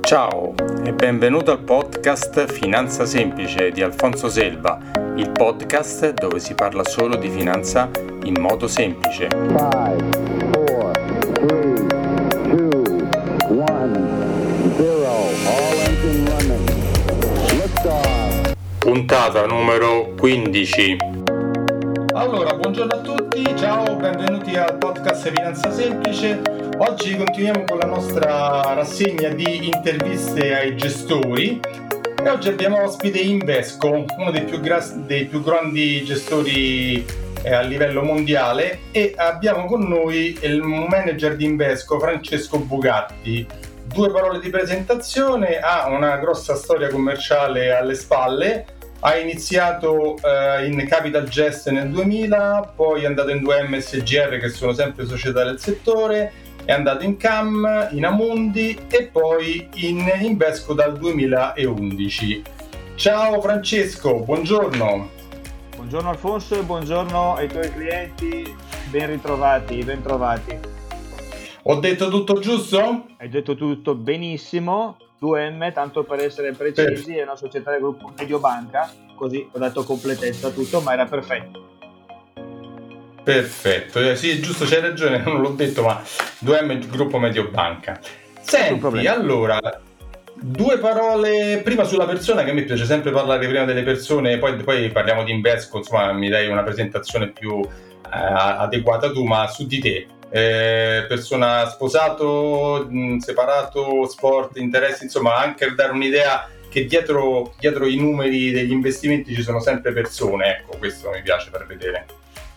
Ciao e benvenuto al podcast Finanza Semplice di Alfonso Selva, il podcast dove si parla solo di finanza in modo semplice. 5, 4, 3, 2, 1, 0. All engine running. Liftoff. Puntata numero 15. Allora, buongiorno a tutti, ciao, benvenuti al podcast Finanza Semplice. Oggi continuiamo con la nostra rassegna di interviste ai gestori e oggi abbiamo ospite Invesco, uno dei più grandi gestori a livello mondiale, e abbiamo con noi il manager di Invesco, Francesco Bugatti. Due parole di presentazione: ha una grossa storia commerciale alle spalle. Ha iniziato in Capital Gest nel 2000, poi è andato in 2M SGR, che sono sempre società del settore, è andato in CAM, in Amundi e poi in Invesco dal 2011. Ciao Francesco, buongiorno. Buongiorno Alfonso e buongiorno ai tuoi clienti, ben ritrovati, ben trovati. Ho detto tutto giusto? Hai detto tutto benissimo. 2M, tanto per essere precisi, è una società del gruppo Mediobanca, così ho dato completezza a tutto, ma era perfetto. Perfetto, sì, giusto, c'hai ragione, non l'ho detto, ma 2M gruppo Mediobanca. Senti, allora, due parole prima sulla persona, che a me piace sempre parlare prima delle persone, poi parliamo di Invesco, insomma mi dai una presentazione più adeguata tu, ma su di te. Persona, sposato, separato, sport, interessi, insomma anche per dare un'idea che dietro i numeri degli investimenti ci sono sempre persone, ecco, questo mi piace per vedere.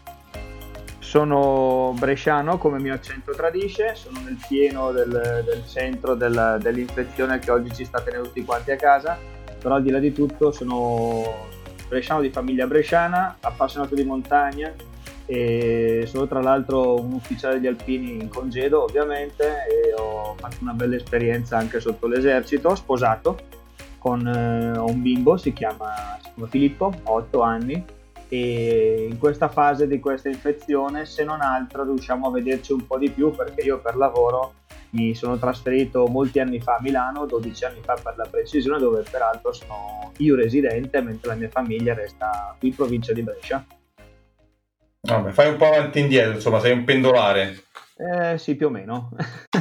Sono bresciano, come mio accento tradisce, sono nel pieno del centro dell'infezione che oggi ci sta tenendo tutti quanti a casa, però al di là di tutto sono bresciano di famiglia bresciana, appassionato di montagna, e sono tra l'altro un ufficiale degli alpini in congedo ovviamente, e ho fatto una bella esperienza anche sotto l'esercito, sposato con un bimbo, si chiama Filippo, ha 8 anni, e in questa fase di questa infezione, se non altro, riusciamo a vederci un po' di più, perché io per lavoro mi sono trasferito molti anni fa a Milano, 12 anni fa per la precisione, dove peraltro sono io residente, mentre la mia famiglia resta qui in provincia di Brescia. Vabbè, fai un po' avanti e indietro, insomma, sei un pendolare. Sì, più o meno.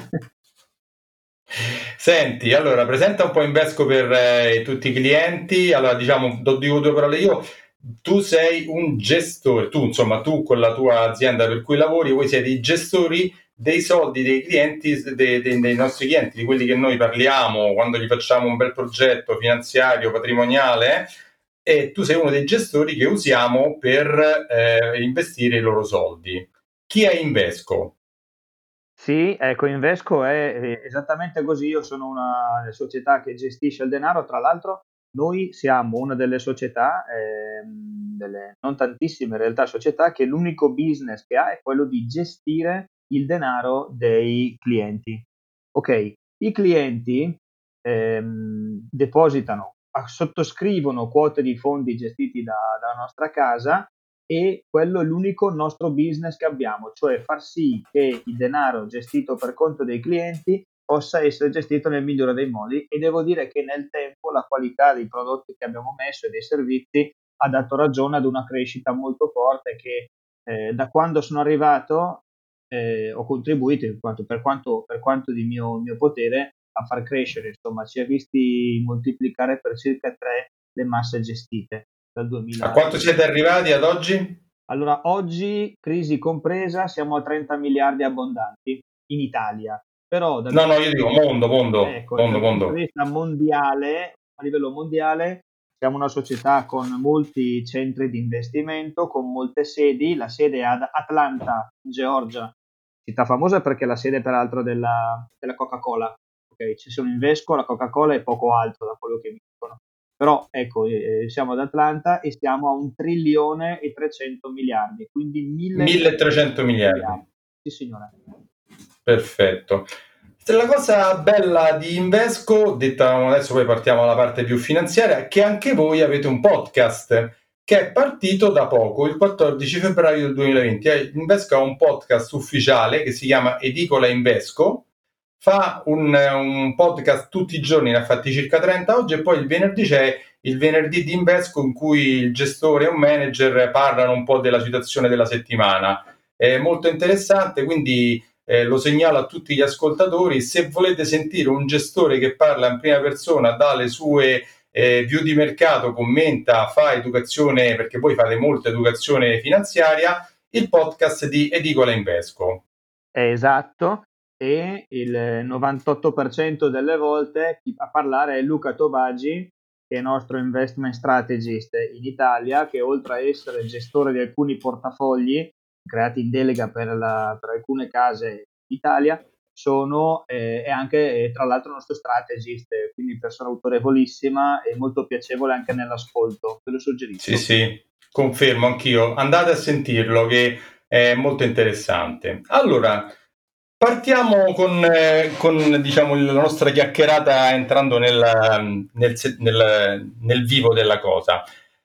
Senti, allora, presenta un po' Invesco per tutti i clienti. Allora, diciamo, dico due parole io. Tu sei un gestore, tu con la tua azienda per cui lavori, voi siete i gestori dei soldi dei clienti, dei nostri clienti, di quelli che noi parliamo quando gli facciamo un bel progetto finanziario, patrimoniale, e tu sei uno dei gestori che usiamo per investire i loro soldi. Chi è Invesco? Sì, ecco, Invesco è esattamente così. Io sono una società che gestisce il denaro. Tra l'altro noi siamo una delle società, delle non tantissime in realtà società, che l'unico business che ha è quello di gestire il denaro dei clienti. Ok, i clienti depositano, sottoscrivono quote di fondi gestiti dalla nostra casa, e quello è l'unico nostro business che abbiamo, cioè far sì che il denaro gestito per conto dei clienti possa essere gestito nel migliore dei modi, e devo dire che nel tempo la qualità dei prodotti che abbiamo messo e dei servizi ha dato ragione ad una crescita molto forte che da quando sono arrivato ho contribuito per quanto di mio potere a far crescere, insomma ci ha visti moltiplicare per circa 3 le masse gestite dal 2000. A quanto siete arrivati ad oggi? Allora, oggi, crisi compresa, siamo a 30 miliardi abbondanti in Italia, però No, io dico mondo. ecco, dal punto di vista mondiale, a livello mondiale, siamo una società con molti centri di investimento, con molte sedi. La sede è ad Atlanta, in Georgia, città famosa perché è la sede peraltro della Coca-Cola. Okay, ci sono Invesco, la Coca-Cola e poco altro da quello che mi dicono. Però ecco, siamo ad Atlanta e siamo a 1,3 miliardi, quindi 1.300 miliardi. Sì, signore. Perfetto. La cosa bella di Invesco, detta adesso, poi partiamo alla parte più finanziaria, è che anche voi avete un podcast che è partito da poco, il 14 febbraio del 2020. Invesco ha un podcast ufficiale che si chiama Edicola Invesco, fa un podcast tutti i giorni, ne ha fatti circa 30 oggi, e poi il venerdì c'è il venerdì di Invesco, in cui il gestore e un manager parlano un po' della situazione della settimana. È molto interessante, quindi lo segnalo a tutti gli ascoltatori. Se volete sentire un gestore che parla in prima persona, dà le sue view di mercato, commenta, fa educazione, perché voi fate molta educazione finanziaria, il podcast di Edicola Invesco. Esatto, e il 98% delle volte chi a parlare è Luca Tobagi, che è nostro investment strategist in Italia, che oltre a essere gestore di alcuni portafogli creati in delega per alcune case in Italia, è anche tra l'altro nostro strategist, quindi persona autorevolissima e molto piacevole anche nell'ascolto, ve lo suggerisco. Sì, confermo anch'io. Andate a sentirlo, che è molto interessante. Allora, partiamo con diciamo, la nostra chiacchierata, entrando nel vivo della cosa.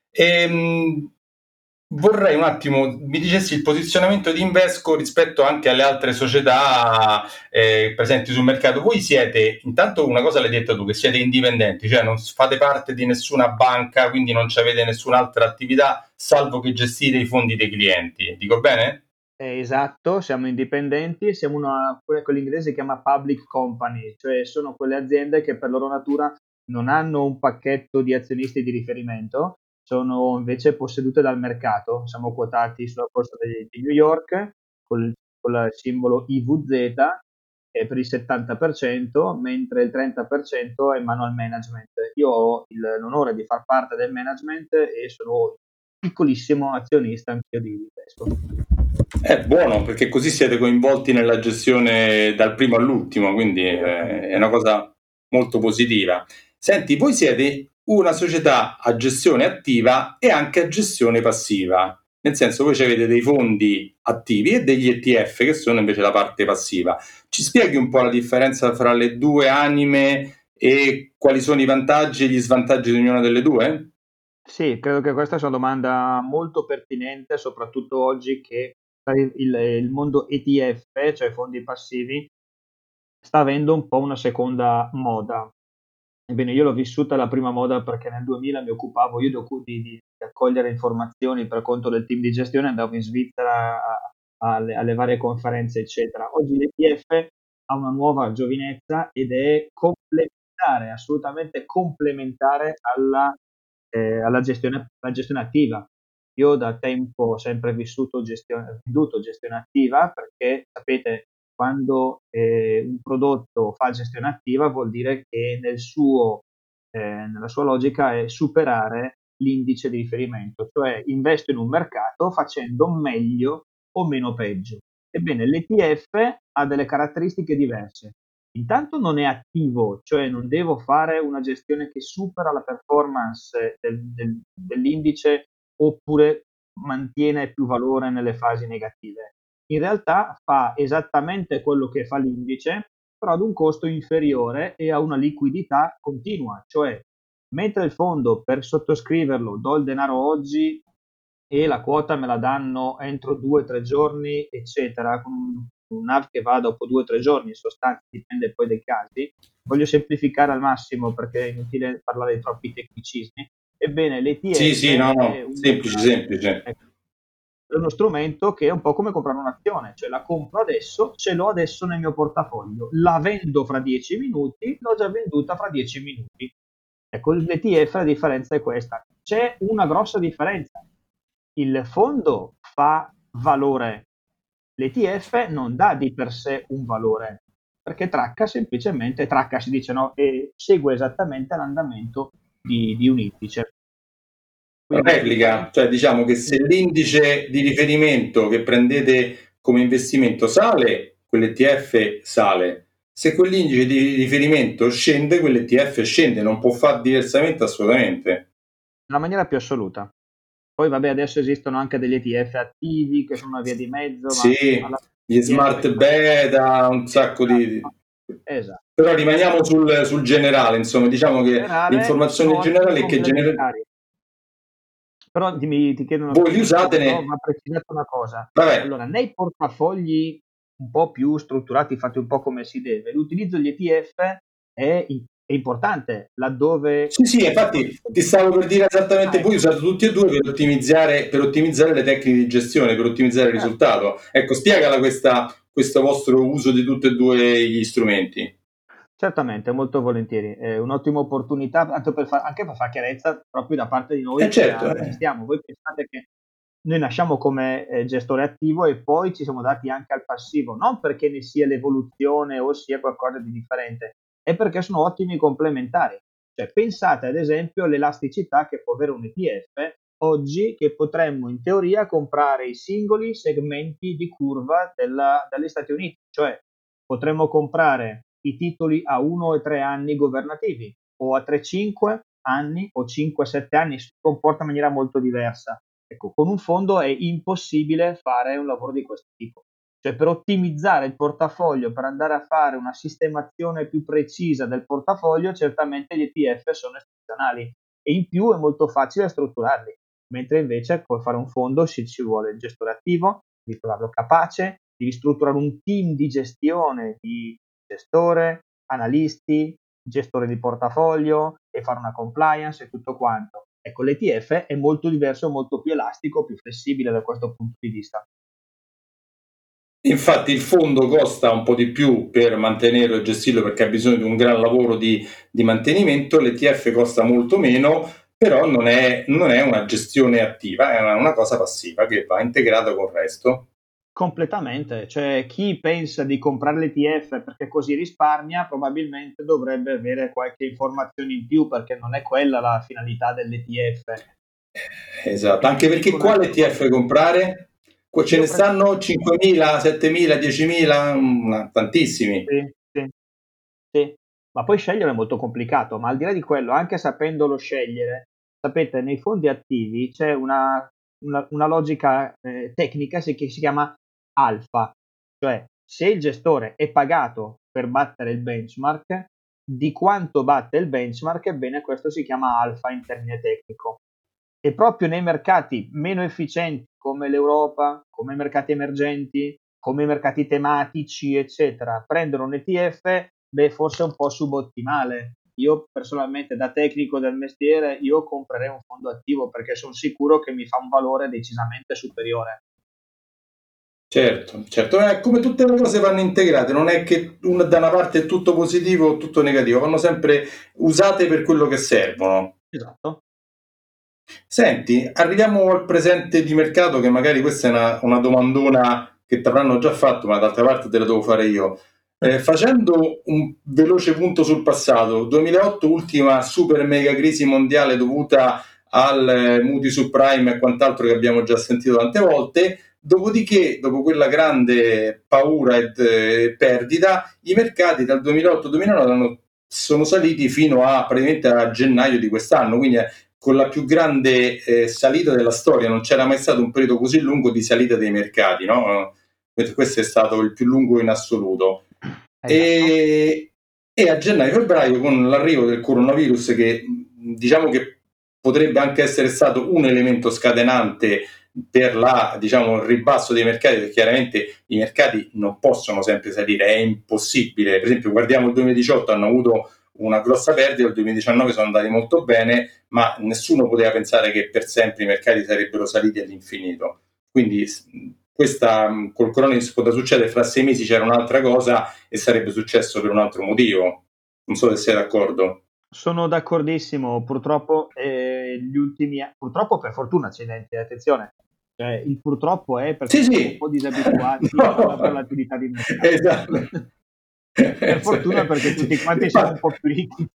Vorrei un attimo mi dicessi il posizionamento di Invesco rispetto anche alle altre società presenti sul mercato. Voi siete, intanto una cosa l'hai detta tu, che siete indipendenti, cioè non fate parte di nessuna banca, quindi non avete nessun'altra attività, salvo che gestite i fondi dei clienti. Dico bene? Esatto, siamo indipendenti, siamo quella che l'inglese chiama public company, cioè sono quelle aziende che per loro natura non hanno un pacchetto di azionisti di riferimento, sono invece possedute dal mercato. Siamo quotati sulla borsa di New York col simbolo IVZ per il 70%, mentre il 30% è in mano al management. Io ho l'onore di far parte del management e sono piccolissimo azionista anch'io di Invesco. È buono, perché così siete coinvolti nella gestione dal primo all'ultimo, quindi è una cosa molto positiva. Senti, voi siete una società a gestione attiva e anche a gestione passiva, nel senso voi avete dei fondi attivi e degli ETF, che sono invece la parte passiva. Ci spieghi un po' la differenza fra le due anime e quali sono i vantaggi e gli svantaggi di ognuna delle due? Sì, credo che questa sia una domanda molto pertinente, soprattutto oggi che il mondo ETF, cioè fondi passivi, sta avendo un po' una seconda moda. Ebbene, io l'ho vissuta la prima moda perché nel 2000 mi occupavo io di raccogliere informazioni per conto del team di gestione, andavo in Svizzera alle varie conferenze, eccetera. Oggi l'ETF ha una nuova giovinezza ed è complementare, assolutamente complementare alla gestione attiva. Io da tempo ho sempre venduto gestione attiva, perché sapete, quando un prodotto fa gestione attiva vuol dire che nella sua logica è superare l'indice di riferimento, cioè investo in un mercato facendo meglio o meno peggio. Ebbene, l'ETF ha delle caratteristiche diverse. Intanto non è attivo, cioè non devo fare una gestione che supera la performance dell'indice oppure mantiene più valore nelle fasi negative. In realtà fa esattamente quello che fa l'indice, però ad un costo inferiore e a una liquidità continua, cioè mentre il fondo per sottoscriverlo do il denaro oggi e la quota me la danno entro 2-3 giorni, eccetera, con un NAV che va dopo 2-3 giorni, in sostanza dipende poi dai casi. Voglio semplificare al massimo perché è inutile parlare di troppi tecnicismi. Ebbene, l'ETF Sì, no, è no, semplice. è uno strumento che è un po' come comprare un'azione, cioè la compro adesso, ce l'ho adesso nel mio portafoglio, la vendo fra 10 minuti, l'ho già venduta fra 10 minuti. Ecco, l'ETF la differenza è questa. C'è una grossa differenza. Il fondo fa valore, l'ETF non dà di per sé un valore, perché tracca si dice, no, e segue esattamente l'andamento di un indice. Quindi Replica, cioè diciamo che se l'indice di riferimento che prendete come investimento sale, quell'ETF sale. Se quell'indice di riferimento scende, quell'ETF scende, non può fare diversamente assolutamente. nella maniera più assoluta. Poi vabbè, adesso esistono anche degli ETF attivi che sono una via di mezzo, ma Sì, alla gli smart beta, un sacco di... esatto. Però rimaniamo sul generale, insomma, diciamo In che generale l'informazione sono ottimi generale è che complementari. Però ti chiedo una voi li cosa, usate però va precisata una cosa. Vabbè, Allora, nei portafogli un po' più strutturati, fatti un po' come si deve, l'utilizzo degli ETF è importante laddove... Sì, infatti ti stavo per dire esattamente, voi usate tutti e due per ottimizzare le tecniche di gestione, per ottimizzare il risultato. Ecco, spiegala questo vostro uso di tutti e due gli strumenti. Certamente, molto volentieri, è un'ottima opportunità anche per fare chiarezza proprio da parte di noi che Certo. gestiamo. Voi pensate che noi nasciamo come gestore attivo e poi ci siamo dati anche al passivo, non perché ne sia l'evoluzione o sia qualcosa di differente, è perché sono ottimi complementari. Cioè, pensate ad esempio all'elasticità che può avere un ETF oggi, che potremmo in teoria comprare i singoli segmenti di curva degli Stati Uniti, cioè potremmo comprare i titoli a 1 e 3 anni governativi o a 3-5 anni o 5-7 anni, si comporta in maniera molto diversa. Ecco, con un fondo è impossibile fare un lavoro di questo tipo. Cioè, per ottimizzare il portafoglio, per andare a fare una sistemazione più precisa del portafoglio, certamente gli ETF sono eccezionali e in più è molto facile strutturarli, mentre invece per fare un fondo ci vuole il gestore attivo, devi trovarlo capace, devi strutturare un team di gestione di gestore, analisti, gestore di portafoglio e fare una compliance e tutto quanto. Ecco, l'ETF è molto diverso, molto più elastico, più flessibile da questo punto di vista. Infatti il fondo costa un po' di più per mantenerlo e gestirlo perché ha bisogno di un gran lavoro di mantenimento, l'ETF costa molto meno, però non è una gestione attiva, è una cosa passiva che va integrata con il resto. Completamente, cioè chi pensa di comprare l'ETF perché così risparmia probabilmente dovrebbe avere qualche informazione in più, perché non è quella la finalità dell'ETF. Esatto, anche perché quale ETF comprare? Ce ne stanno 5.000, 7.000, 10.000, tantissimi. Sì, ma poi scegliere è molto complicato, ma al di là di quello, anche sapendolo scegliere, sapete, nei fondi attivi c'è una logica tecnica che si chiama alfa, cioè se il gestore è pagato per battere il benchmark, di quanto batte il benchmark, ebbene questo si chiama alfa in termine tecnico. E proprio nei mercati meno efficienti come l'Europa, come i mercati emergenti, come i mercati tematici, eccetera, prendono un ETF, forse è un po' subottimale. Io personalmente, da tecnico del mestiere, io comprerei un fondo attivo perché sono sicuro che mi fa un valore decisamente superiore. Certo, come tutte le cose vanno integrate, non è che da una parte è tutto positivo o tutto negativo, vanno sempre usate per quello che servono. Esatto. Senti, arriviamo al presente di mercato, che magari questa è una domandona che ti avranno già fatto, ma d'altra parte te la devo fare io. Facendo un veloce punto sul passato, 2008 ultima super mega crisi mondiale dovuta al mutui subprime e quant'altro che abbiamo già sentito tante volte. Dopodiché, dopo quella grande paura e perdita, i mercati dal 2008-2009 sono saliti fino a praticamente a gennaio di quest'anno, quindi con la più grande salita della storia. Non c'era mai stato un periodo così lungo di salita dei mercati, no? Questo è stato il più lungo in assoluto. Esatto. E a gennaio-febbraio, con l'arrivo del coronavirus, che diciamo che potrebbe anche essere stato un elemento scatenante per il ribasso dei mercati, perché chiaramente i mercati non possono sempre salire, è impossibile. Per esempio, guardiamo il 2018, hanno avuto una grossa perdita, il 2019 sono andati molto bene, ma nessuno poteva pensare che per sempre i mercati sarebbero saliti all'infinito. Quindi questa col coronavirus poteva succedere, fra 6 mesi c'era un'altra cosa e sarebbe successo per un altro motivo. Non so se sei d'accordo. Sono d'accordissimo, purtroppo gli ultimi anni, purtroppo per fortuna, accidenti, attenzione, cioè, il purtroppo è perché siamo un po' disabituati alla volatilità di mercato. Esatto. Per fortuna perché tutti quanti siamo un po' più ricchi.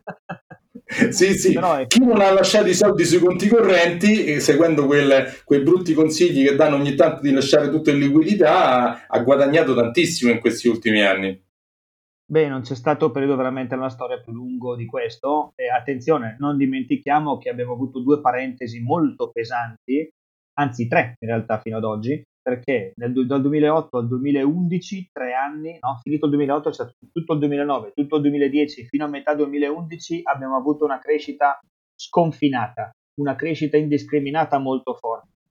Sì. Però Chi non ha lasciato i soldi sui conti correnti, seguendo quei brutti consigli che danno ogni tanto di lasciare tutto in liquidità, ha guadagnato tantissimo in questi ultimi anni. Beh, non c'è stato periodo veramente nella storia più lungo di questo. E attenzione, non dimentichiamo che abbiamo avuto 2 parentesi molto pesanti, anzi 3 in realtà fino ad oggi, perché dal 2008 al 2011, 3 anni, no? Finito il 2008 è stato tutto il 2009, tutto il 2010, fino a metà 2011 abbiamo avuto una crescita sconfinata, una crescita indiscriminata molto forte.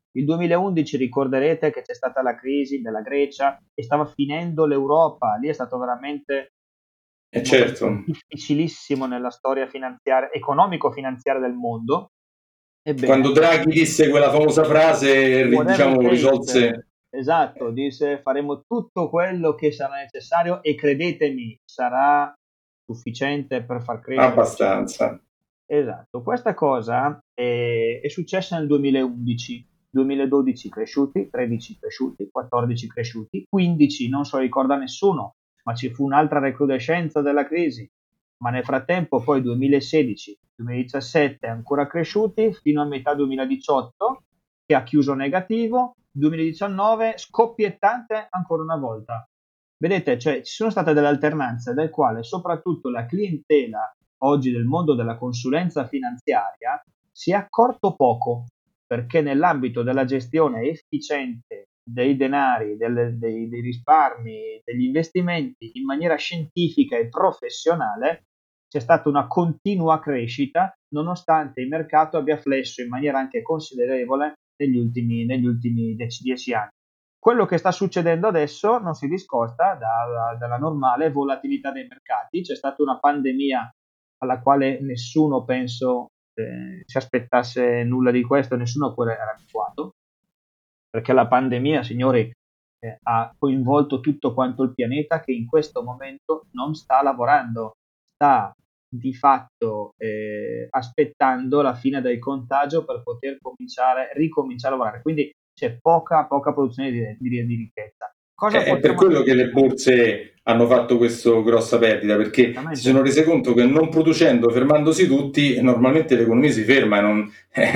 Il 2011 ricorderete che c'è stata la crisi della Grecia e stava finendo l'Europa, lì è stato veramente un Certo, momento difficilissimo nella storia finanziaria, economico-finanziaria del mondo. quando Ebbene, Draghi disse quella famosa frase, whatever it diciamo, takes, risolse esatto, disse faremo tutto quello che sarà necessario e credetemi, sarà sufficiente per far crescere, eccetera. abbastanza. Esatto, questa cosa è successa nel 2011, 2012 cresciuti, 13 cresciuti, 14 cresciuti, 15 non se lo ricorda nessuno, ma ci fu un'altra recrudescenza della crisi, ma nel frattempo poi 2016, 2017 ancora cresciuti fino a metà 2018 che ha chiuso negativo, 2019 scoppiettante ancora una volta. Vedete, cioè ci sono state delle alternanze del quale soprattutto la clientela oggi del mondo della consulenza finanziaria si è accorto poco, perché nell'ambito della gestione efficiente dei denari, dei risparmi, degli investimenti in maniera scientifica e professionale c'è stata una continua crescita nonostante il mercato abbia flesso in maniera anche considerevole negli ultimi 10 anni. Quello che sta succedendo adesso non si discosta dalla normale volatilità dei mercati. C'è stata una pandemia alla quale nessuno, penso, si aspettasse nulla di questo, nessuno a cui era abituato, perché la pandemia, signori, ha coinvolto tutto quanto il pianeta che in questo momento non sta lavorando, sta di fatto aspettando la fine del contagio per poter ricominciare a lavorare. Quindi c'è poca produzione di ricchezza. Cosa È per possiamo quello che dire? le borse hanno fatto questa grossa perdita, perché si sono rese conto che non producendo, fermandosi tutti, normalmente l'economia si ferma e non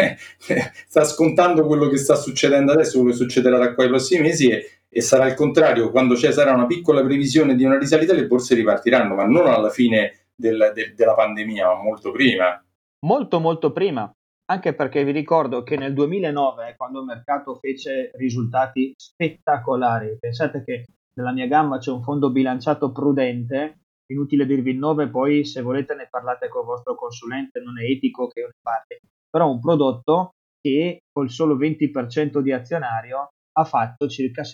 sta scontando quello che sta succedendo adesso, quello che succederà da qua ai prossimi mesi e sarà il contrario, quando sarà una piccola previsione di una risalita le borse ripartiranno, ma non alla fine della pandemia, ma molto prima. Molto prima, anche perché vi ricordo che nel 2009, quando il mercato fece risultati spettacolari, pensate che nella mia gamma c'è un fondo bilanciato prudente, inutile dirvi il nome, poi se volete ne parlate con il vostro consulente, non è etico che io ne parli, però un prodotto che col solo 20% di azionario ha fatto circa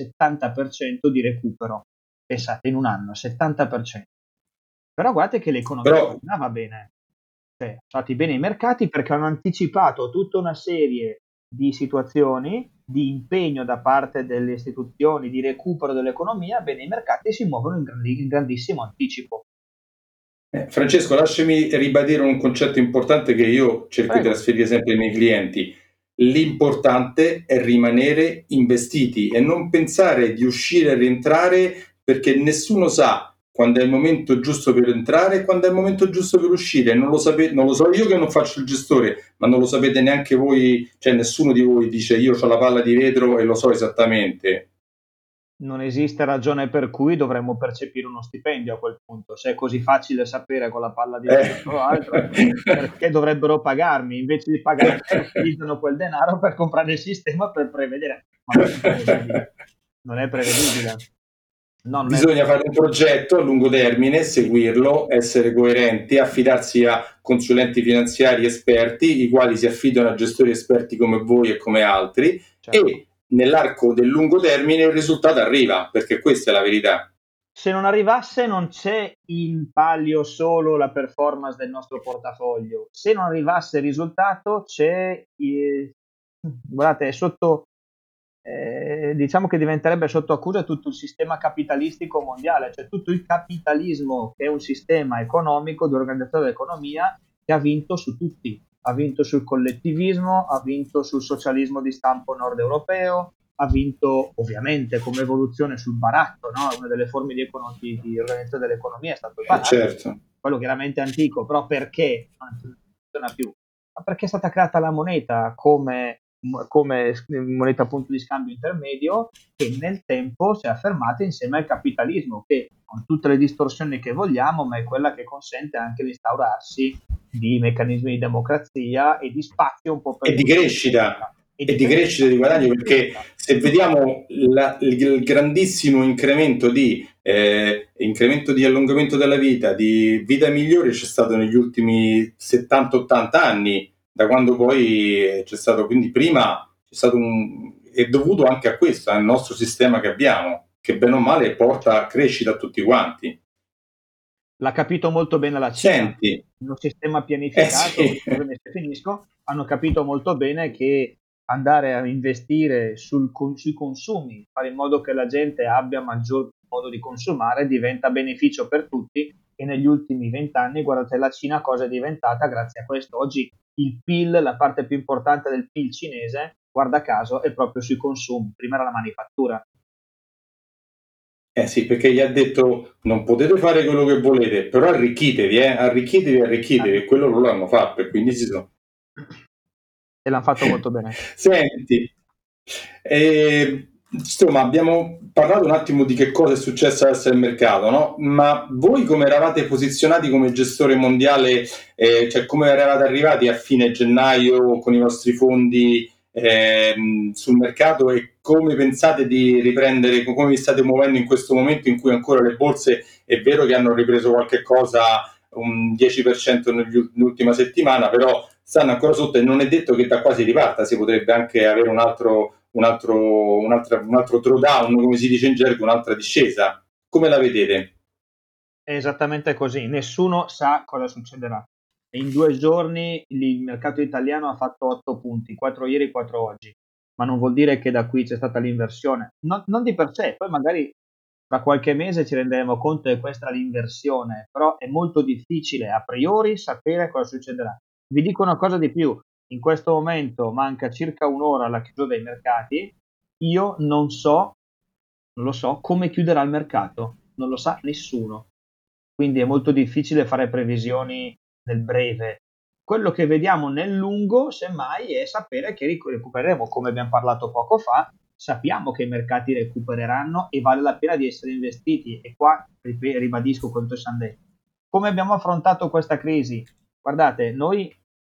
70% di recupero, pensate in un anno, 70%. Però guardate che l'economia Però non andava bene, sono stati bene i mercati perché hanno anticipato tutta una serie di situazioni di impegno da parte delle istituzioni di recupero dell'economia, bene i mercati si muovono in grandissimo anticipo. Francesco, lasciami ribadire un concetto importante che io cerco di Prego. trasferire sempre ai miei clienti. L'importante è rimanere investiti e non pensare di uscire e rientrare, perché nessuno sa quando è il momento giusto per entrare e quando è il momento giusto per uscire. Non lo so io che non faccio il gestore, ma non lo sapete neanche voi, cioè nessuno di voi dice io ho la palla di vetro e lo so esattamente. Non esiste ragione per cui dovremmo percepire uno stipendio a quel punto. Se è così facile sapere con la palla di vetro o altro, perché dovrebbero pagarmi? Invece di pagarmi utilizzano quel denaro per comprare il sistema per prevedere. Ma non è prevedibile. Non è prevedibile. No, non è Bisogna fare un progetto a lungo termine, seguirlo, essere coerenti, affidarsi a consulenti finanziari esperti, i quali si affidano a gestori esperti come voi e come altri, certo. e nell'arco del lungo termine il risultato arriva, perché questa è la verità. Se non arrivasse non c'è in palio solo la performance del nostro portafoglio, se non arrivasse il risultato c'è, guardate, diciamo che diventerebbe sotto accusa tutto il sistema capitalistico mondiale, cioè tutto il capitalismo che è un sistema economico di organizzazione dell'economia che ha vinto su tutti, ha vinto sul collettivismo, ha vinto sul socialismo di stampo nord europeo, ha vinto ovviamente come evoluzione sul baratto, no? Una delle forme di organizzazione dell'economia è stato il baratto, Certo. quello chiaramente antico, però perché non funziona più? Ma perché è stata creata la moneta come moneta punto di scambio intermedio che nel tempo si è affermata insieme al capitalismo, che con tutte le distorsioni che vogliamo, ma è quella che consente anche l'instaurarsi di meccanismi di democrazia e di spazio un po' per E di crescita. E di crescita di guadagno, perché se vediamo il grandissimo incremento di allungamento della vita, di vita migliore, c'è stato negli ultimi 70-80 anni, da quando poi c'è stato, quindi prima è dovuto anche a questo, al nostro sistema che abbiamo, che bene o male porta a crescita a tutti quanti. L'ha capito molto bene la Cina. Senti, In un sistema pianificato, sì. scusami se finisco, hanno capito molto bene che andare a investire sui consumi, fare in modo che la gente abbia maggior modo di consumare, diventa beneficio per tutti, e negli ultimi 20 anni, guardate la Cina cosa è diventata grazie a questo. Oggi il PIL, la parte più importante del PIL cinese, guarda caso, è proprio sui consumi. Prima era la manifattura. Sì, perché gli ha detto non potete fare quello che volete, però arricchitevi, e quello loro hanno fatto, e quindi si sono... E l'hanno fatto molto bene. Senti, insomma, abbiamo parlato un attimo di che cosa è successo adesso nel mercato, no? Ma voi come eravate posizionati come gestore mondiale, cioè come eravate arrivati a fine gennaio con i vostri fondi sul mercato, e come pensate di riprendere, come vi state muovendo in questo momento in cui ancora le borse è vero che hanno ripreso qualche cosa, un 10% nell'ultima settimana, però stanno ancora sotto, e non è detto che da qua si riparta, si potrebbe anche avere un altro drawdown, come si dice in gergo, un'altra discesa. Come la vedete? È esattamente così, nessuno sa cosa succederà. In 2 giorni il mercato italiano ha fatto 8 punti, 4 ieri, 4 oggi, ma non vuol dire che da qui c'è stata l'inversione. Non di per sé, poi magari tra qualche mese ci renderemo conto che questa è l'inversione, però è molto difficile a priori sapere cosa succederà. Vi dico una cosa di più, in questo momento manca circa un'ora alla chiusura dei mercati, io non lo so come chiuderà il mercato, non lo sa nessuno. Quindi è molto difficile fare previsioni nel breve. Quello che vediamo nel lungo, semmai, è sapere che recupereremo, come abbiamo parlato poco fa, sappiamo che i mercati recupereranno e vale la pena di essere investiti. E qua ribadisco quanto siamo detto. Come abbiamo affrontato questa crisi? Guardate, noi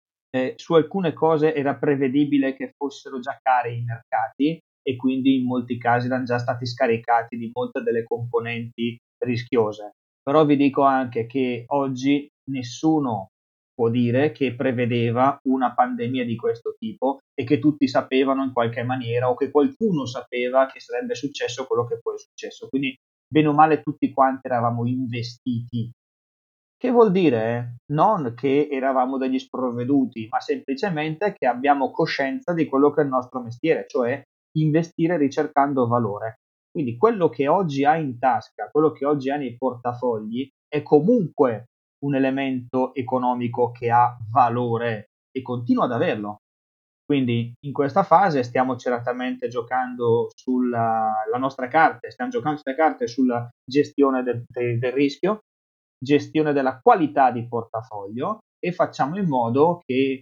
su alcune cose era prevedibile che fossero già cari i mercati, e quindi in molti casi erano già stati scaricati di molte delle componenti rischiose. Però vi dico anche che oggi nessuno può dire che prevedeva una pandemia di questo tipo e che tutti sapevano in qualche maniera, o che qualcuno sapeva che sarebbe successo quello che poi è successo. Quindi bene o male tutti quanti eravamo investiti. Che vuol dire non che eravamo degli sprovveduti, ma semplicemente che abbiamo coscienza di quello che è il nostro mestiere, cioè investire ricercando valore. Quindi quello che oggi hai in tasca, quello che oggi hai nei portafogli, è comunque un elemento economico che ha valore e continua ad averlo. Quindi in questa fase stiamo certamente giocando sulla la nostra carte, stiamo giocando sulle carte sulla gestione del rischio, gestione della qualità di portafoglio, e facciamo in modo che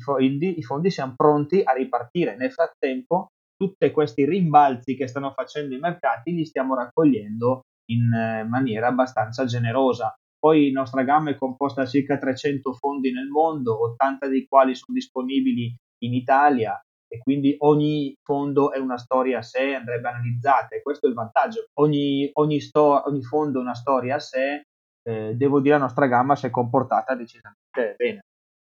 i fondi siano pronti a ripartire. Nel frattempo, tutti questi rimbalzi che stanno facendo i mercati li stiamo raccogliendo in maniera abbastanza generosa. Poi la nostra gamma è composta da circa 300 fondi nel mondo, 80 dei quali sono disponibili in Italia, e quindi ogni fondo è una storia a sé, andrebbe analizzata, e questo è il vantaggio. Ogni fondo è una storia a sé. Devo dire la nostra gamma si è comportata decisamente bene.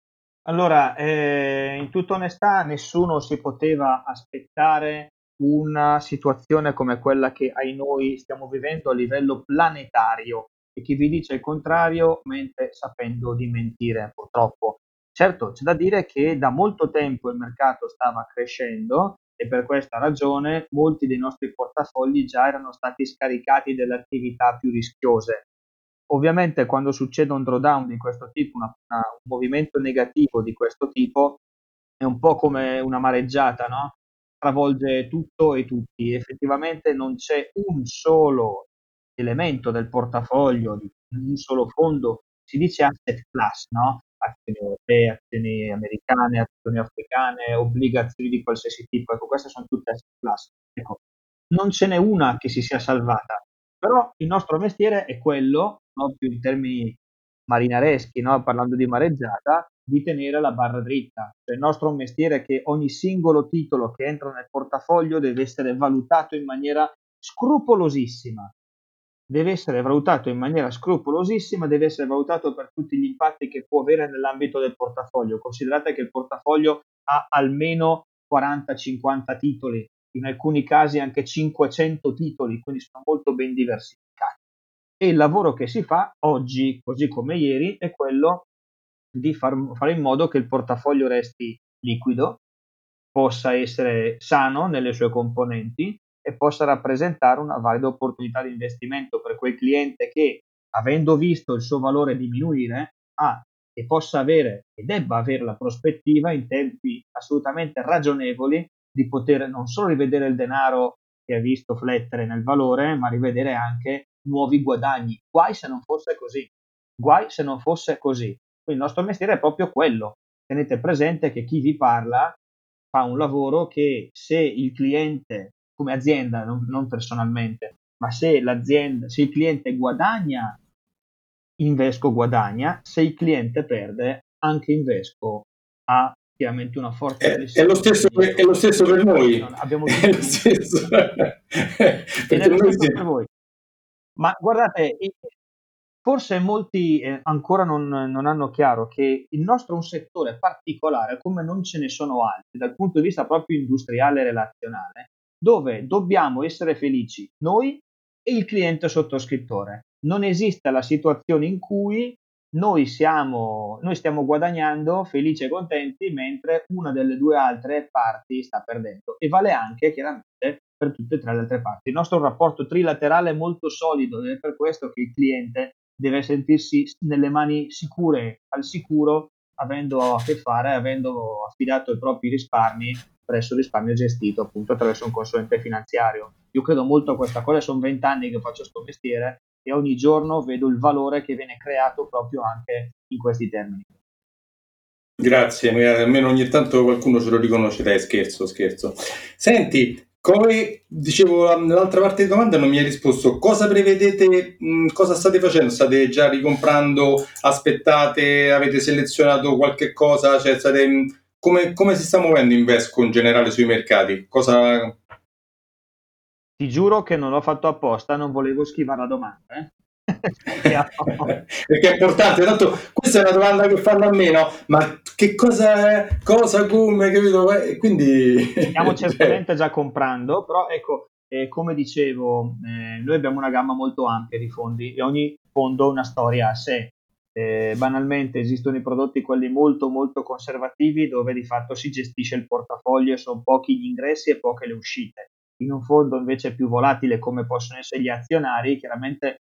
Allora, in tutta onestà, nessuno si poteva aspettare una situazione come quella che ai noi stiamo vivendo a livello planetario, e chi vi dice il contrario mente sapendo di mentire, purtroppo. Certo, c'è da dire che da molto tempo il mercato stava crescendo, e per questa ragione molti dei nostri portafogli già erano stati scaricati delle attività più rischiose. Ovviamente quando succede un drawdown di questo tipo, un movimento negativo di questo tipo, è un po' come una mareggiata, no? Travolge tutto e tutti. Effettivamente non c'è un solo elemento del portafoglio, di un solo fondo, si dice asset class, no? Azioni europee, azioni americane, azioni africane, obbligazioni di qualsiasi tipo. Ecco, queste sono tutte asset class. Ecco, non ce n'è una che si sia salvata, però il nostro mestiere è quello, no, più in termini marinareschi, no, parlando di mareggiata, di tenere la barra dritta. Cioè, il nostro mestiere è che ogni singolo titolo che entra nel portafoglio deve essere valutato in maniera scrupolosissima. Deve essere valutato in maniera scrupolosissima, deve essere valutato per tutti gli impatti che può avere nell'ambito del portafoglio. Considerate che il portafoglio ha almeno 40-50 titoli, in alcuni casi anche 500 titoli, quindi sono molto ben diversificati. E il lavoro che si fa oggi, così come ieri, è quello di fare in modo che il portafoglio resti liquido, possa essere sano nelle sue componenti e possa rappresentare una valida opportunità di investimento per quel cliente che, avendo visto il suo valore diminuire, ha e possa avere e debba avere la prospettiva in tempi assolutamente ragionevoli di poter non solo rivedere il denaro che ha visto flettere nel valore, ma rivedere anche nuovi guadagni. Guai se non fosse così. Guai se non fosse così. Quindi il nostro mestiere è proprio quello. Tenete presente che chi vi parla fa un lavoro che, se il cliente, come azienda, non personalmente, ma se il cliente guadagna, Invesco guadagna, se il cliente perde, anche Invesco ha chiaramente una forte flessibilità. È lo stesso per noi. Abbiamo è lo stesso. Perché noi per voi. Ma guardate, forse molti ancora non hanno chiaro che il nostro è un settore particolare, come non ce ne sono altri, dal punto di vista proprio industriale e relazionale, dove dobbiamo essere felici noi e il cliente sottoscrittore. Non esiste la situazione in cui noi stiamo guadagnando felici e contenti mentre una delle due altre parti sta perdendo, e vale anche chiaramente per tutte e tre le altre parti. Il nostro rapporto trilaterale è molto solido ed è per questo che il cliente deve sentirsi nelle mani sicure, al sicuro, avendo a che fare, avendo affidato i propri risparmi presso il risparmio gestito appunto attraverso un consulente finanziario. Io credo molto a questa cosa, sono 20 anni che faccio questo mestiere e ogni giorno vedo il valore che viene creato proprio anche in questi termini. Grazie, almeno ogni tanto qualcuno ce lo riconosce. Dai, scherzo. Senti, come dicevo nell'altra parte di domanda non mi hai risposto. Cosa prevedete, cosa state facendo? State già ricomprando? Aspettate? Avete selezionato qualche cosa? Cioè, come si sta muovendo Invesco in generale sui mercati? Cosa... Ti giuro che non l'ho fatto apposta, non volevo schivare la domanda. Perché è importante, tanto questa è una domanda che fanno a me, no? Ma che cosa è? Cosa, come, capito? Quindi stiamo certamente già comprando, però ecco, come dicevo, noi abbiamo una gamma molto ampia di fondi e ogni fondo ha una storia a sé. Banalmente esistono i prodotti quelli molto molto conservativi, dove di fatto si gestisce il portafoglio e sono pochi gli ingressi e poche le uscite. In un fondo invece più volatile, come possono essere gli azionari, chiaramente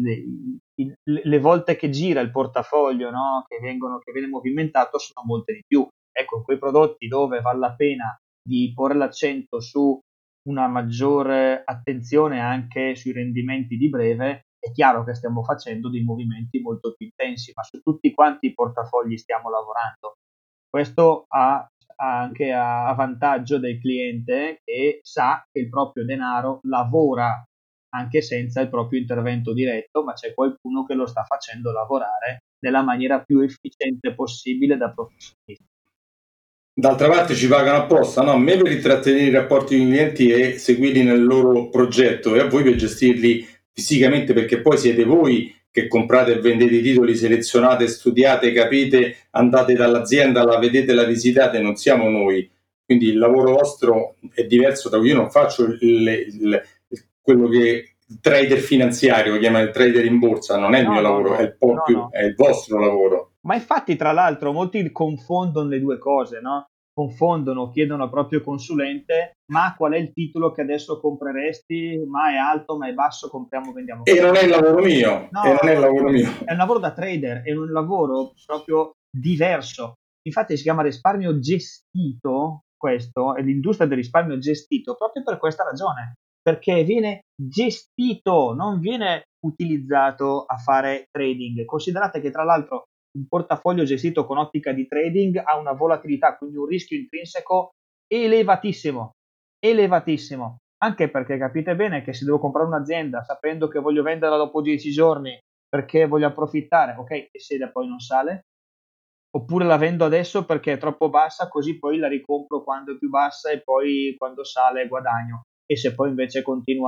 le volte che gira il portafoglio, no, che viene movimentato, sono molte di più. Ecco, in quei prodotti dove vale la pena di porre l'accento su una maggiore attenzione anche sui rendimenti di breve, è chiaro che stiamo facendo dei movimenti molto più intensi, ma su tutti quanti i portafogli stiamo lavorando. Questo ha anche a vantaggio del cliente, che sa che il proprio denaro lavora anche senza il proprio intervento diretto, ma c'è qualcuno che lo sta facendo lavorare nella maniera più efficiente possibile da professionista. D'altra parte ci pagano apposta, no? A me per intrattenere i rapporti con i clienti e seguirli nel loro progetto, e a voi per gestirli fisicamente, perché poi siete voi che comprate e vendete i titoli, selezionate, studiate, capite, andate dall'azienda, la vedete, la visitate, non siamo noi. Quindi il lavoro vostro è diverso da cui io non faccio quello che il trader finanziario chiama il trader in borsa, non è il mio lavoro, è è il vostro lavoro. Ma infatti, tra l'altro, molti confondono le due cose, no? Chiedono al proprio consulente: ma qual è il titolo che adesso compreresti? Ma è alto, ma è basso, compriamo, vendiamo. E non è il lavoro mio, è un lavoro da trader, è un lavoro proprio diverso. Infatti si chiama risparmio gestito, questo è l'industria del risparmio gestito, proprio per questa ragione, perché viene gestito, non viene utilizzato a fare trading. Considerate che tra l'altro un portafoglio gestito con ottica di trading ha una volatilità, quindi un rischio intrinseco elevatissimo, anche perché capite bene che se devo comprare un'azienda sapendo che voglio venderla dopo 10 giorni perché voglio approfittare, ok, e se poi non sale? Oppure la vendo adesso perché è troppo bassa, così poi la ricompro quando è più bassa e poi quando sale guadagno. E se poi invece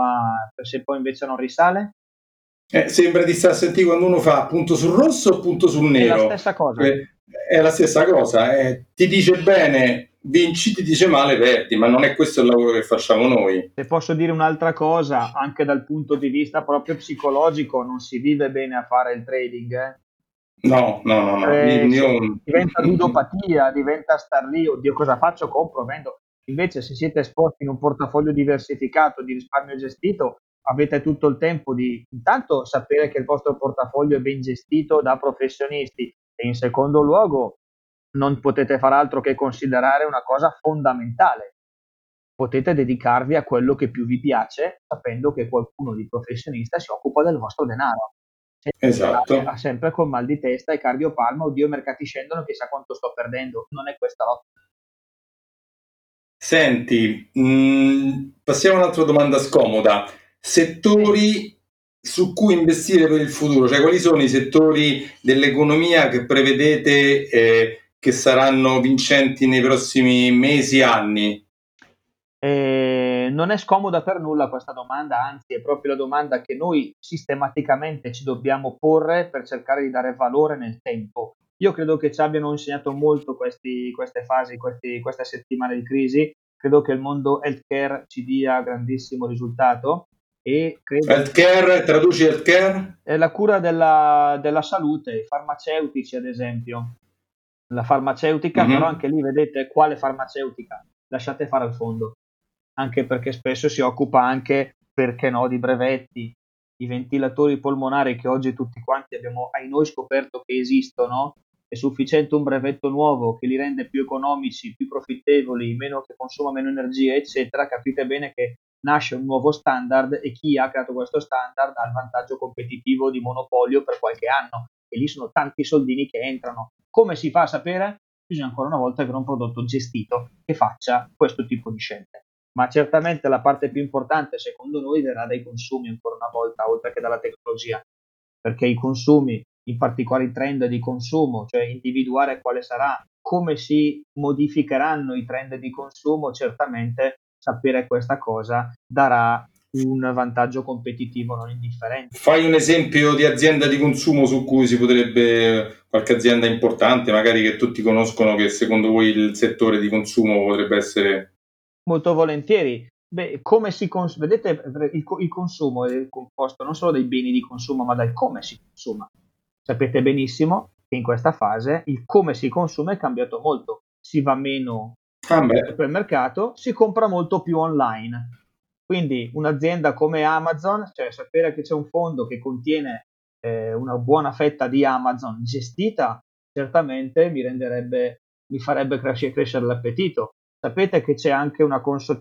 non risale? Sembra di stare a sentire quando uno fa punto sul rosso o punto sul nero. È la stessa cosa. È la stessa cosa. Ti dice bene, vinci, ti dice male, perdi, ma non è questo il lavoro che facciamo noi. Se posso dire un'altra cosa, anche dal punto di vista proprio psicologico, non si vive bene a fare il trading, eh? No, no, no, no. Diventa ludopatia, diventa star lì, oddio cosa faccio, compro, vendo. Invece se siete esposti in un portafoglio diversificato di risparmio gestito, avete tutto il tempo di intanto sapere che il vostro portafoglio è ben gestito da professionisti e in secondo luogo non potete far altro che considerare una cosa fondamentale. Potete dedicarvi a quello che più vi piace, sapendo che qualcuno di professionista si occupa del vostro denaro. Esatto. Ha sempre con mal di testa e cardiopalma, oddio, i mercati scendono, chissà quanto sto perdendo. Non è questa l'ottica. Senti, passiamo a un'altra domanda scomoda. Settori su cui investire per il futuro, cioè quali sono i settori dell'economia che prevedete che saranno vincenti nei prossimi mesi, anni? Non è scomoda per nulla questa domanda, anzi è proprio la domanda che noi sistematicamente ci dobbiamo porre per cercare di dare valore nel tempo. Io credo che ci abbiano insegnato molto queste fasi, queste settimane di crisi. Credo che il mondo healthcare ci dia grandissimo risultato e credo Healthcare, traduci healthcare? è la cura della salute, i farmaceutici ad esempio. La farmaceutica, però anche lì vedete quale farmaceutica, lasciate fare al fondo, anche perché spesso si occupa anche, perché no, di brevetti. I ventilatori polmonari che oggi tutti quanti abbiamo ai noi scoperto che esistono, è sufficiente un brevetto nuovo che li rende più economici, più profittevoli, che consuma meno energia, eccetera. Capite bene che nasce un nuovo standard e chi ha creato questo standard ha il vantaggio competitivo di monopolio per qualche anno e lì sono tanti soldini che entrano. Come si fa a sapere? Bisogna ancora una volta avere un prodotto gestito che faccia questo tipo di scelte. Ma certamente la parte più importante, secondo noi, verrà dai consumi ancora una volta, oltre che dalla tecnologia, perché i consumi, in particolare i trend di consumo, cioè individuare quale sarà, come si modificheranno i trend di consumo, certamente sapere questa cosa darà un vantaggio competitivo non indifferente. Fai un esempio di azienda di consumo su cui si potrebbe, qualche azienda importante, magari che tutti conoscono, che secondo voi il settore di consumo potrebbe essere... Molto volentieri. Come si vedete, il consumo è composto non solo dai beni di consumo, ma dal come si consuma. Sapete benissimo che in questa fase il come si consuma è cambiato molto. Si va meno al supermercato, si compra molto più online. Quindi un'azienda come Amazon, cioè sapere che c'è un fondo che contiene una buona fetta di Amazon gestita, certamente mi farebbe crescere l'appetito. Sapete che c'è anche un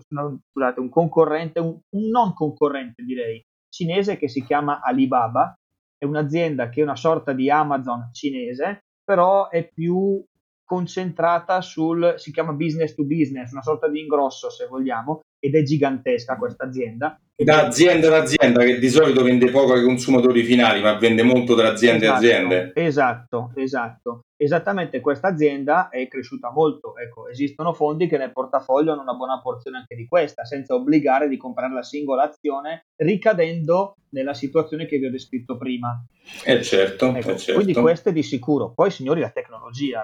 concorrente, un non concorrente direi, cinese che si chiama Alibaba, è un'azienda che è una sorta di Amazon cinese, però è più concentrata si chiama business to business, una sorta di ingrosso se vogliamo, ed è gigantesca questa azienda. Da azienda ad azienda, che di solito vende poco ai consumatori finali, ma vende molto tra aziende e aziende. Esatto. Esattamente, questa azienda è cresciuta molto. Ecco, esistono fondi che nel portafoglio hanno una buona porzione anche di questa, senza obbligare di comprare la singola azione, ricadendo nella situazione che vi ho descritto prima. Certo. Quindi queste di sicuro. Poi, signori, la tecnologia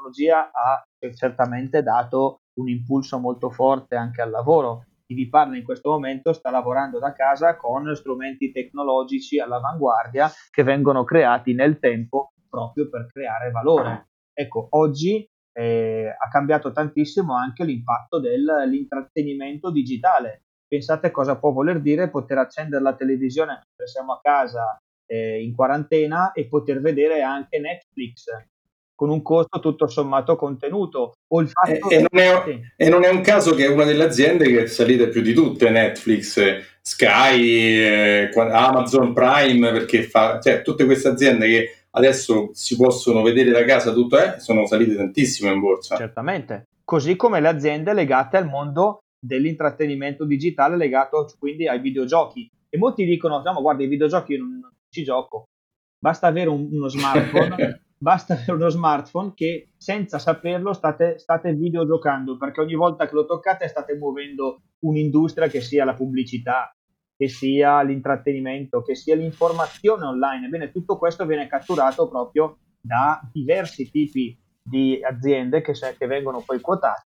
ha certamente dato un impulso molto forte anche al lavoro. Chi vi parla in questo momento sta lavorando da casa con strumenti tecnologici all'avanguardia che vengono creati nel tempo proprio per creare valore. Ecco, oggi ha cambiato tantissimo anche l'impatto dell'intrattenimento digitale. Pensate cosa può voler dire poter accendere la televisione mentre siamo a casa in quarantena e poter vedere anche Netflix con un costo tutto sommato contenuto. O il fatto e non è un caso che è una delle aziende che è salita più di tutte, Netflix, Sky, Amazon Prime, perché tutte queste aziende che adesso si possono vedere da casa sono salite tantissimo in borsa. Certamente, così come le aziende legate al mondo dell'intrattenimento digitale, legato quindi ai videogiochi. E molti dicono, no, guarda, i videogiochi io non ci gioco, basta avere uno smartphone. Basta avere uno smartphone che senza saperlo state videogiocando, perché ogni volta che lo toccate state muovendo un'industria, che sia la pubblicità, che sia l'intrattenimento, che sia l'informazione online. Ebbene, tutto questo viene catturato proprio da diversi tipi di aziende che vengono poi quotate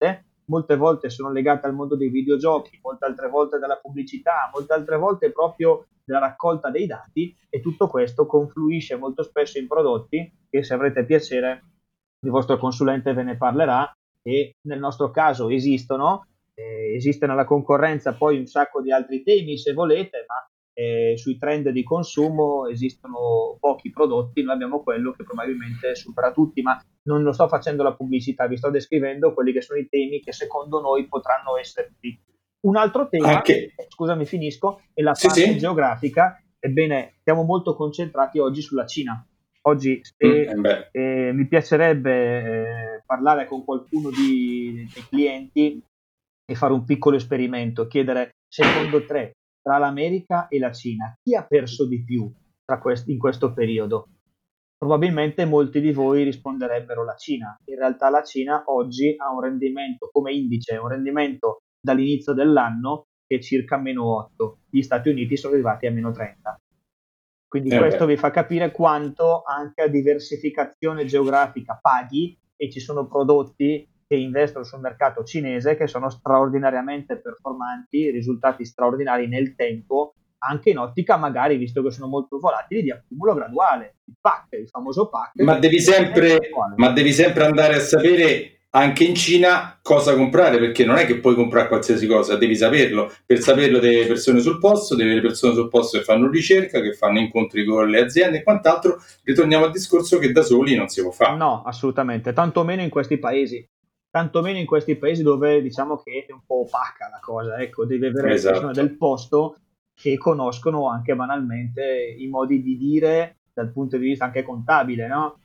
molte volte sono legate al mondo dei videogiochi, molte altre volte dalla pubblicità, molte altre volte proprio della raccolta dei dati, e tutto questo confluisce molto spesso in prodotti che, se avrete piacere, il vostro consulente ve ne parlerà, e nel nostro caso esistono alla concorrenza poi un sacco di altri temi, se volete, ma sui trend di consumo esistono pochi prodotti. Noi abbiamo quello che probabilmente supera tutti, ma non lo sto facendo la pubblicità, vi sto descrivendo quelli che sono i temi che secondo noi potranno esserci. Un altro tema, scusami, finisco, è la parte geografica. Ebbene, siamo molto concentrati oggi sulla Cina. Oggi mi piacerebbe parlare con qualcuno dei clienti e fare un piccolo esperimento, chiedere: secondo te, tra l'America e la Cina, chi ha perso di più in questo periodo? Probabilmente molti di voi risponderebbero la Cina. In realtà la Cina oggi ha un rendimento come indice, un rendimento dall'inizio dell'anno che è circa -8. Gli Stati Uniti sono arrivati a -30. Quindi questo vi fa capire quanto anche a diversificazione geografica paghi, e ci sono prodotti che investono sul mercato cinese che sono straordinariamente performanti, risultati straordinari nel tempo, anche in ottica magari, visto che sono molto volatili, di accumulo graduale. Il PAC, il famoso PAC. Ma devi sempre andare a sapere anche in Cina cosa comprare, perché non è che puoi comprare qualsiasi cosa, devi saperlo. Per saperlo devi avere persone sul posto, devi avere persone sul posto che fanno ricerca, che fanno incontri con le aziende e quant'altro. Ritorniamo al discorso che da soli non si può fare. No, assolutamente, tantomeno in questi paesi dove diciamo che è un po' opaca la cosa. Ecco, devi avere persone del posto che conoscono anche banalmente i modi di dire dal punto di vista anche contabile, no?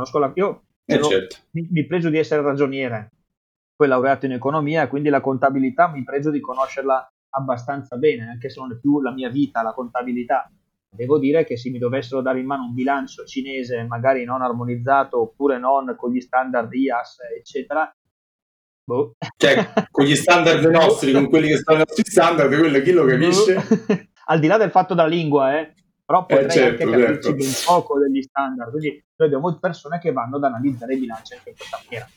Mi pregio di essere ragioniere, poi laureato in economia, quindi la contabilità mi pregio di conoscerla abbastanza bene, anche se non è più la mia vita la contabilità. Devo dire che se mi dovessero dare in mano un bilancio cinese, magari non armonizzato oppure non con gli standard IAS, eccetera, cioè con gli standard nostri, con quelli che sono i nostri standard, quello chi lo capisce? Al di là del fatto della lingua, però potrei anche capirci ben poco degli standard. Quindi noi abbiamo persone che vanno ad analizzare i bilanci anche in questa maniera.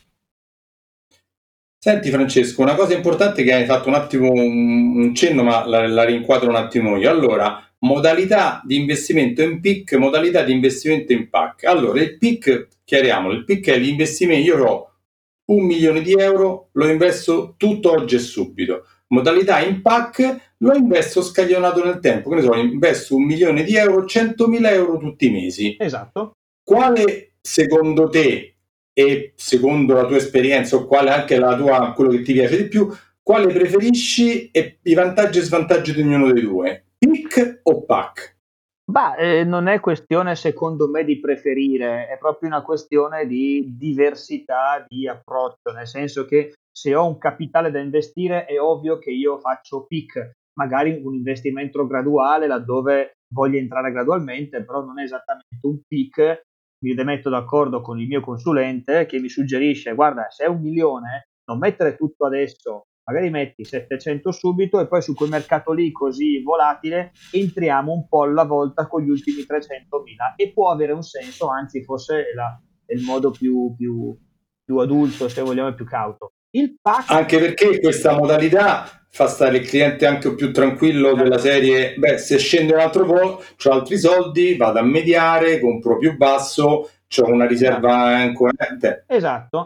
Senti Francesco, una cosa importante che hai fatto un attimo un cenno, ma la rinquadro un attimo io. Allora, modalità di investimento in PIC, modalità di investimento in PAC. Allora, il PIC, chiariamolo, il PIC è l'investimento. Io ho 1 milione di euro, lo investo tutto oggi e subito. Modalità in PAC, lo investo scaglionato nel tempo. Che ne so, investo 1 milione di euro, 100.000 euro tutti i mesi. Esatto. Quale, secondo te, e secondo la tua esperienza, o quale anche quello che ti piace di più, quale preferisci e i vantaggi e svantaggi di ognuno dei due? PIC o PAC? Non è questione, secondo me, di preferire, è proprio una questione di diversità di approccio, nel senso che se ho un capitale da investire è ovvio che io faccio PIC, magari un investimento graduale laddove voglio entrare gradualmente, però non è esattamente un PIC. Mi metto d'accordo con il mio consulente che mi suggerisce: guarda, se è 1 milione non mettere tutto adesso, magari metti 700 subito e poi su quel mercato lì così volatile entriamo un po' alla volta con gli ultimi 300.000, e può avere un senso, anzi forse è il modo più adulto, se vogliamo, più cauto. Il PAC, anche perché questa modalità fa stare il cliente anche più tranquillo, della serie: se scende un altro po', c'ho altri soldi, vado a mediare, compro più basso, c'ho una riserva ancorante. Esatto.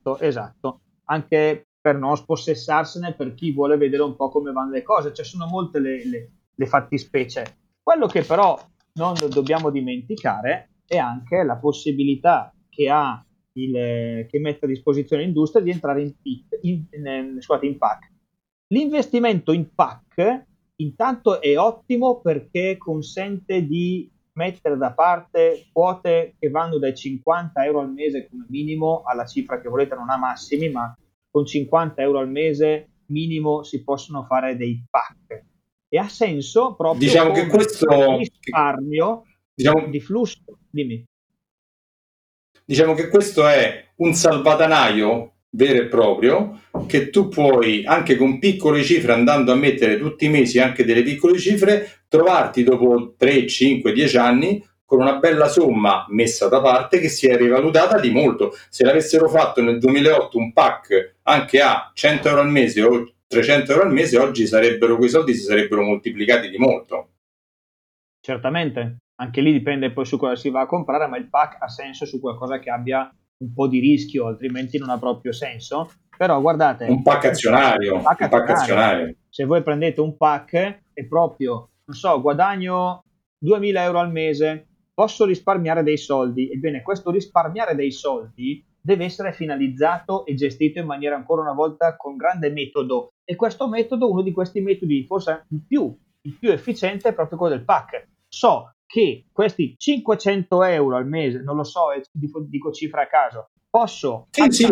Anche per non spossessarsene, per chi vuole vedere un po' come vanno le cose, cioè sono molte le fattispecie. Quello che però non dobbiamo dimenticare è anche la possibilità che ha che mette a disposizione l'industria di entrare in PAC. L'investimento in PAC intanto è ottimo perché consente di mettere da parte quote che vanno dai 50 euro al mese come minimo alla cifra che volete, non ha massimi, ma con 50 euro al mese minimo si possono fare dei PAC, e ha senso proprio, diciamo, che questo risparmio, di flusso. Dimmi. Diciamo che questo è un salvadanaio vero e proprio, che tu puoi anche con piccole cifre, andando a mettere tutti i mesi anche delle piccole cifre, trovarti dopo 3, 5, 10 anni con una bella somma messa da parte che si è rivalutata di molto. Se l'avessero fatto nel 2008 un pack anche a 100 euro al mese o 300 euro al mese, oggi quei soldi si sarebbero moltiplicati di molto. Certamente, anche lì dipende poi su cosa si va a comprare, ma il pack ha senso su qualcosa che abbia un po' di rischio, altrimenti non ha proprio senso. Però guardate, un pack azionario. Se voi prendete un pack e proprio, non so, guadagno 2000 euro al mese, posso risparmiare dei soldi. Ebbene, questo risparmiare dei soldi deve essere finalizzato e gestito in maniera ancora una volta con grande metodo. E questo metodo, uno di questi metodi, forse il più efficiente, è proprio quello del pack. So che questi 500 euro al mese, non lo so, dico cifra a caso, posso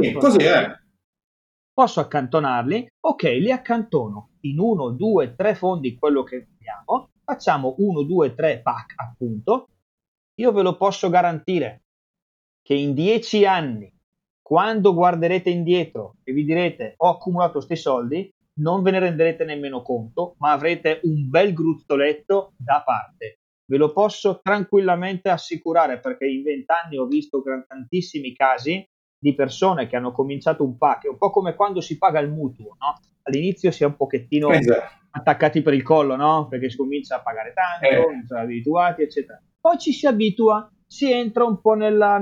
accantonarli, ok, li accantono in 1, 2, 3 fondi, quello che vogliamo, facciamo 1, 2, 3 pack appunto. Io ve lo posso garantire che in 10 anni, quando guarderete indietro e vi direte ho accumulato questi soldi, non ve ne renderete nemmeno conto, ma avrete un bel gruzzoletto da parte. Ve lo posso tranquillamente assicurare, perché in 20 anni ho visto tantissimi casi di persone che hanno cominciato un pack, è un po' come quando si paga il mutuo, no? All'inizio si è un pochettino attaccati per il collo, no? Perché si comincia a pagare tanto, non sono abituati, eccetera. Poi ci si abitua, si entra un po' nella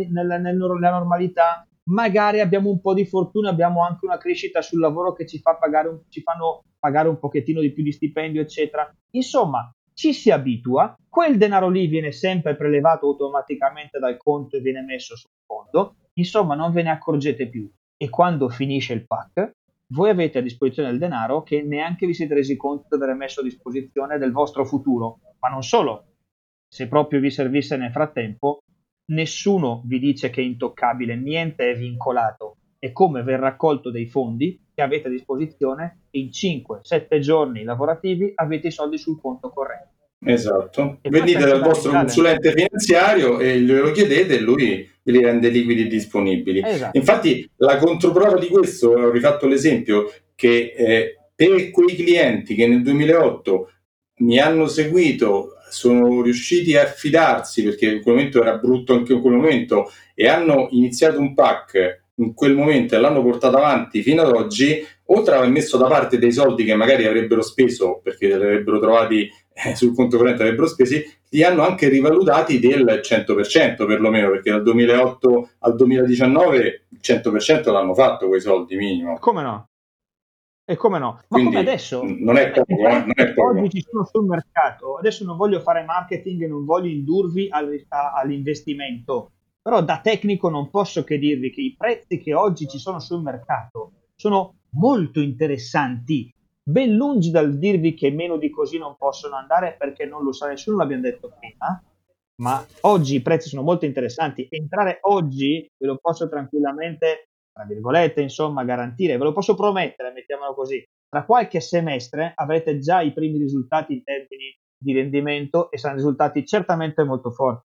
normalità, magari abbiamo un po' di fortuna, abbiamo anche una crescita sul lavoro che ci fanno pagare un pochettino di più di stipendio, eccetera. Insomma, ci si abitua, quel denaro lì viene sempre prelevato automaticamente dal conto e viene messo sul fondo, insomma non ve ne accorgete più, e quando finisce il pack voi avete a disposizione del denaro che neanche vi siete resi conto di aver messo a disposizione del vostro futuro. Ma non solo, se proprio vi servisse nel frattempo, nessuno vi dice che è intoccabile, niente è vincolato, è come aver raccolto dei fondi che avete a disposizione e in 5-7 giorni lavorativi avete i soldi sul conto corrente. Esatto, venite dal vostro consulente finanziario e glielo chiedete e lui ve li rende liquidi disponibili. Esatto. Infatti la controprova di questo, ho rifatto l'esempio che per quei clienti che nel 2008 mi hanno seguito, sono riusciti a fidarsi, perché in quel momento era brutto anche in quel momento, e hanno iniziato un pack in quel momento e l'hanno portato avanti fino ad oggi, oltre ad aver messo da parte dei soldi che magari avrebbero speso perché li avrebbero trovati sul conto corrente, avrebbero spesi, li hanno anche rivalutati del 100% perlomeno, perché dal 2008 al 2019 il 100% l'hanno fatto quei soldi minimo. Come no? E come no? Ma quindi, come adesso? Non è poco, non è poco. Oggi ci sono sul mercato, adesso non voglio fare marketing e non voglio indurvi all'investimento, però da tecnico non posso che dirvi che i prezzi che oggi ci sono sul mercato sono molto interessanti, ben lungi dal dirvi che meno di così non possono andare, perché non lo sa nessuno, l'abbiamo detto prima, ma oggi i prezzi sono molto interessanti. Entrare oggi ve lo posso tranquillamente, tra virgolette, insomma, garantire, ve lo posso promettere, mettiamolo così, tra qualche semestre avrete già i primi risultati in termini di rendimento e saranno risultati certamente molto forti.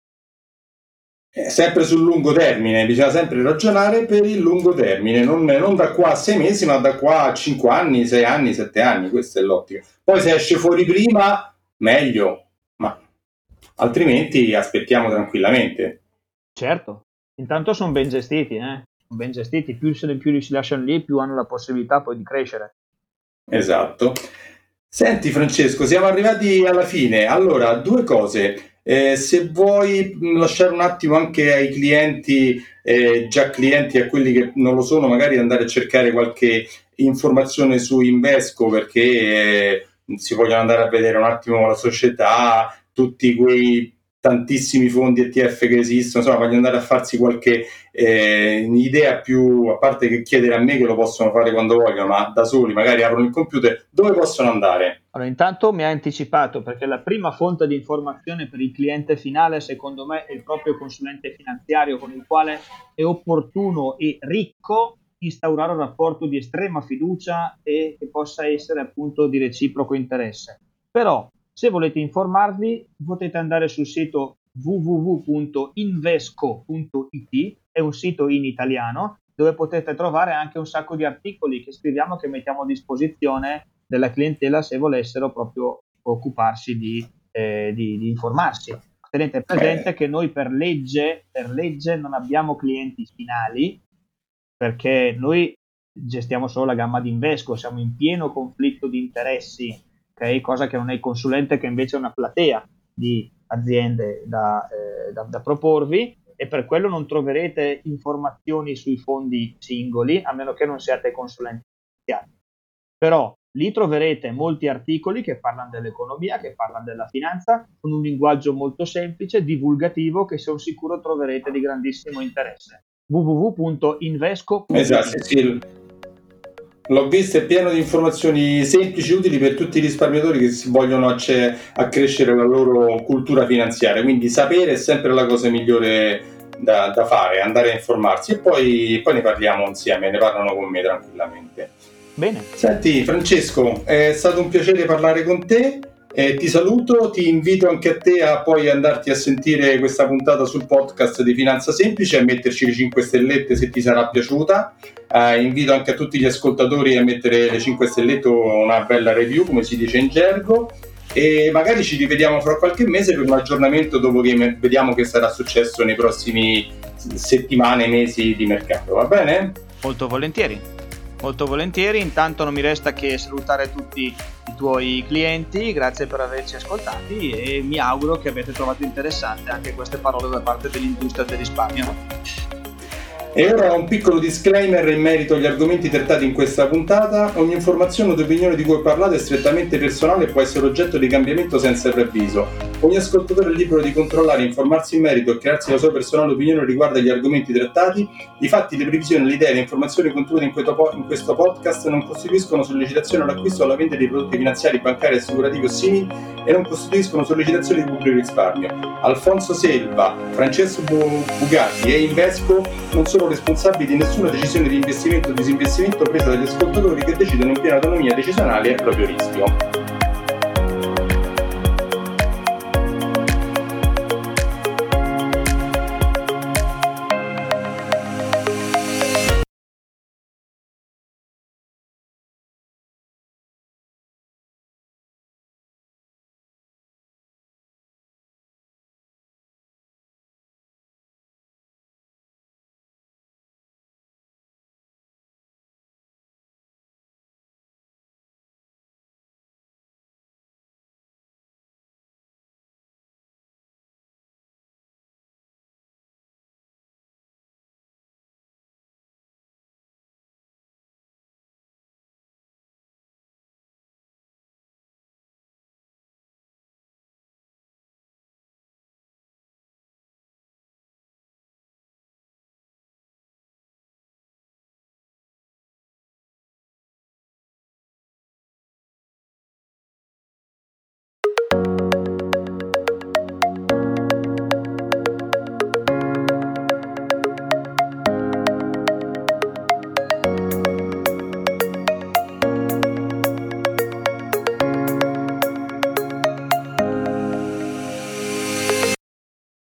Sempre sul lungo termine, bisogna sempre ragionare per il lungo termine, non da qua a 6 mesi, ma da qua a 5 anni, 6 anni, 7 anni, questa è l'ottica. Poi se esce fuori prima, meglio, ma altrimenti aspettiamo tranquillamente. Certo, intanto sono ben gestiti, ben gestiti, più li si lasciano lì, più hanno la possibilità poi di crescere. Esatto. Senti Francesco, siamo arrivati alla fine. Allora, due cose. Se vuoi lasciare un attimo anche ai clienti, già clienti, a quelli che non lo sono, magari andare a cercare qualche informazione su Invesco, perché si vogliono andare a vedere un attimo la società, tutti quei tantissimi fondi ETF che esistono, insomma, vogliono andare a farsi qualche idea più, a parte che chiedere a me, che lo possono fare quando vogliono, ma da soli, magari aprono il computer, dove possono andare? Allora, intanto mi ha anticipato, perché la prima fonte di informazione per il cliente finale, secondo me, è il proprio consulente finanziario, con il quale è opportuno e ricco instaurare un rapporto di estrema fiducia e che possa essere appunto di reciproco interesse. Però, se volete informarvi, potete andare sul sito www.invesco.it, è un sito in italiano dove potete trovare anche un sacco di articoli che scriviamo, che mettiamo a disposizione della clientela se volessero proprio occuparsi di informarsi. tenete presente che noi per legge non abbiamo clienti finali, perché noi gestiamo solo la gamma di Invesco, siamo in pieno conflitto di interessi, okay? Cosa che non è il consulente, che invece è una platea di aziende da proporvi, e per quello non troverete informazioni sui fondi singoli, a meno che non siate consulenti finanziari. Però lì troverete molti articoli che parlano dell'economia, che parlano della finanza, con un linguaggio molto semplice, divulgativo, che sono sicuro troverete di grandissimo interesse. www.invesco.it. Esatto, sì. L'ho visto, è pieno di informazioni semplici, utili per tutti i risparmiatori che si vogliono accrescere la loro cultura finanziaria, quindi sapere è sempre la cosa migliore da fare, andare a informarsi, e poi ne parliamo insieme, ne parlano con me tranquillamente. Bene. Senti Francesco, è stato un piacere parlare con te, ti saluto, ti invito anche a te a poi andarti a sentire questa puntata sul podcast di Finanza Semplice, a metterci le 5 stellette se ti sarà piaciuta. Invito anche a tutti gli ascoltatori a mettere le 5 stellette o una bella review, come si dice in gergo, e magari ci rivediamo fra qualche mese per un aggiornamento dopo che vediamo che sarà successo nei prossimi settimane, mesi di mercato, va bene? Molto volentieri. Intanto non mi resta che salutare tutti i tuoi clienti, grazie per averci ascoltati, e mi auguro che avete trovato interessante anche queste parole da parte dell'industria del risparmio. E ora un piccolo disclaimer in merito agli argomenti trattati in questa puntata. Ogni informazione o opinione di cui ho parlato è strettamente personale e può essere oggetto di cambiamento senza preavviso. Ogni ascoltatore è libero di controllare, informarsi in merito e crearsi la sua personale opinione riguardo agli argomenti trattati. Difatti, le previsioni, le idee e le informazioni contenute in questo podcast non costituiscono sollecitazione all'acquisto o alla vendita di prodotti finanziari, bancari, assicurativi o simili, e non costituiscono sollecitazioni di pubblico risparmio. Alfonso Selva, Francesco Bugatti e Invesco non sono responsabili di nessuna decisione di investimento o disinvestimento presa dagli ascoltatori, che decidono in piena autonomia decisionale a proprio rischio.